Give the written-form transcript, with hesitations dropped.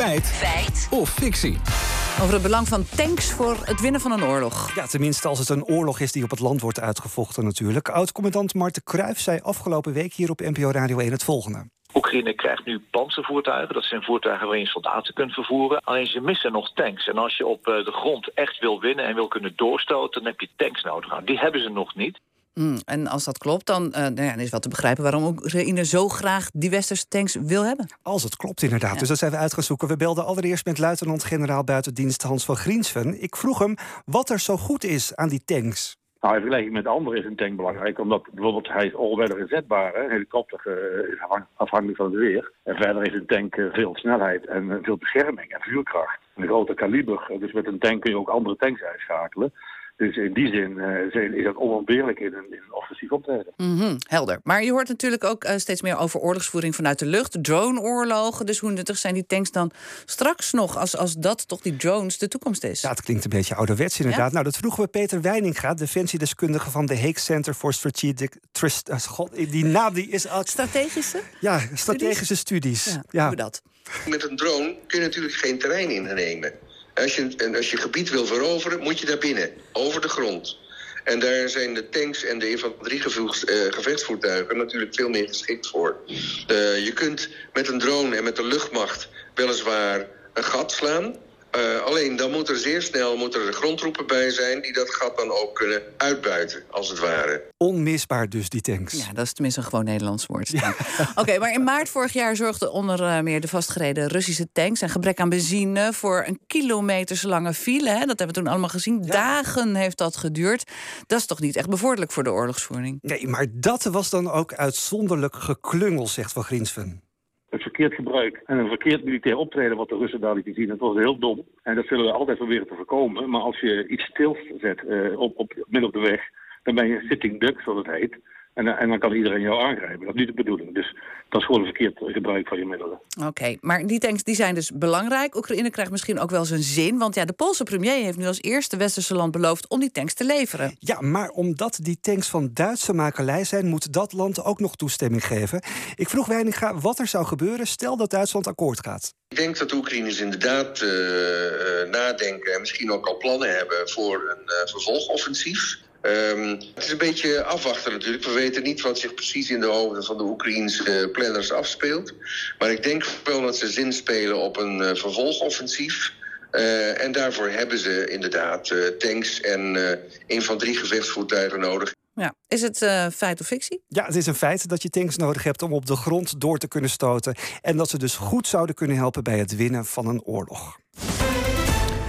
Feit of fictie? Over het belang van tanks voor het winnen van een oorlog. Ja, tenminste als het een oorlog is die op het land wordt uitgevochten natuurlijk. Oud-commandant Marten Cruijff zei afgelopen week hier op NPO Radio 1 het volgende. Oekraïne krijgt nu panzervoertuigen. Dat zijn voertuigen waarin je soldaten kunt vervoeren. Alleen ze missen nog tanks. En als je op de grond echt wil winnen en wil kunnen doorstoten, dan heb je tanks nodig. Nou, die hebben ze nog niet. En als dat klopt, dan is wel te begrijpen waarom Oekraïne zo graag die westerse tanks wil hebben. Als het klopt, inderdaad. Ja. Dus dat zijn we uit gaan zoeken. We belden allereerst met luitenant-generaal buitendienst Hans van Griensven. Ik vroeg hem wat er zo goed is aan die tanks. Nou, in vergelijking met anderen is een tank belangrijk, omdat bijvoorbeeld hij is all-weather inzetbaar. Een helikopter is afhankelijk van het weer. En verder heeft een tank veel snelheid en veel bescherming en vuurkracht. Een groter kaliber, dus met een tank kun je ook andere tanks uitschakelen. Dus in die zin is dat onontbeerlijk in een offensief optreden. Helder. Maar je hoort natuurlijk ook steeds meer over oorlogsvoering vanuit de lucht. Drone-oorlogen. Dus hoe nuttig zijn die tanks dan straks nog als dat toch die drones de toekomst is? Ja, het klinkt een beetje ouderwets inderdaad. Ja? Nou, dat vroegen we Peter Wijninga, defensiedeskundige van de Hague Center for Strategic Trust. Die naam die is al... Strategische? Ja, strategische studies. Ja. Hoe dat? Met een drone kun je natuurlijk geen terrein innemen. Als je gebied wil veroveren, moet je daar binnen, over de grond. En daar zijn de tanks en de infanteriegevechtsvoertuigen natuurlijk veel meer geschikt voor. Je kunt met een drone en met de luchtmacht weliswaar een gat slaan. Alleen dan moet er zeer snel de grondtroepen bij zijn die dat gat dan ook kunnen uitbuiten, als het ware. Onmisbaar dus, die tanks. Ja, dat is tenminste een gewoon Nederlands woord. Ja. Oké, maar in maart vorig jaar zorgden onder meer de vastgereden Russische tanks en gebrek aan benzine voor een kilometerslange file. Hè? Dat hebben we toen allemaal gezien. Ja. Dagen heeft dat geduurd. Dat is toch niet echt bevorderlijk voor de oorlogsvoering? Nee, maar dat was dan ook uitzonderlijk geklungel, zegt Van Griensven. Het verkeerd gebruik en een verkeerd militair optreden wat de Russen daar lieten zien, dat was heel dom. En dat zullen we altijd proberen te voorkomen. Maar als je iets stilzet midden op de weg, dan ben je sitting duck, zoals het heet. En dan kan iedereen jou aangrijpen. Dat is niet de bedoeling. Dus dat is gewoon een verkeerd gebruik van je middelen. Oké, maar die tanks die zijn dus belangrijk. Oekraïne krijgt misschien ook wel zijn zin. Want ja, de Poolse premier heeft nu als eerste westerse land beloofd om die tanks te leveren. Ja, maar omdat die tanks van Duitse makelij zijn, moet dat land ook nog toestemming geven. Ik vroeg Wijninga wat er zou gebeuren stel dat Duitsland akkoord gaat. Ik denk dat de Oekraïners inderdaad nadenken en misschien ook al plannen hebben voor een vervolgoffensief. Het is een beetje afwachten natuurlijk. We weten niet wat zich precies in de hoofden van de Oekraïense planners afspeelt. Maar ik denk wel dat ze zin spelen op een vervolgoffensief. En daarvoor hebben ze inderdaad tanks en infanteriegevechtsvoertuigen nodig. Ja. Is het feit of fictie? Ja, het is een feit dat je tanks nodig hebt om op de grond door te kunnen stoten. En dat ze dus goed zouden kunnen helpen bij het winnen van een oorlog.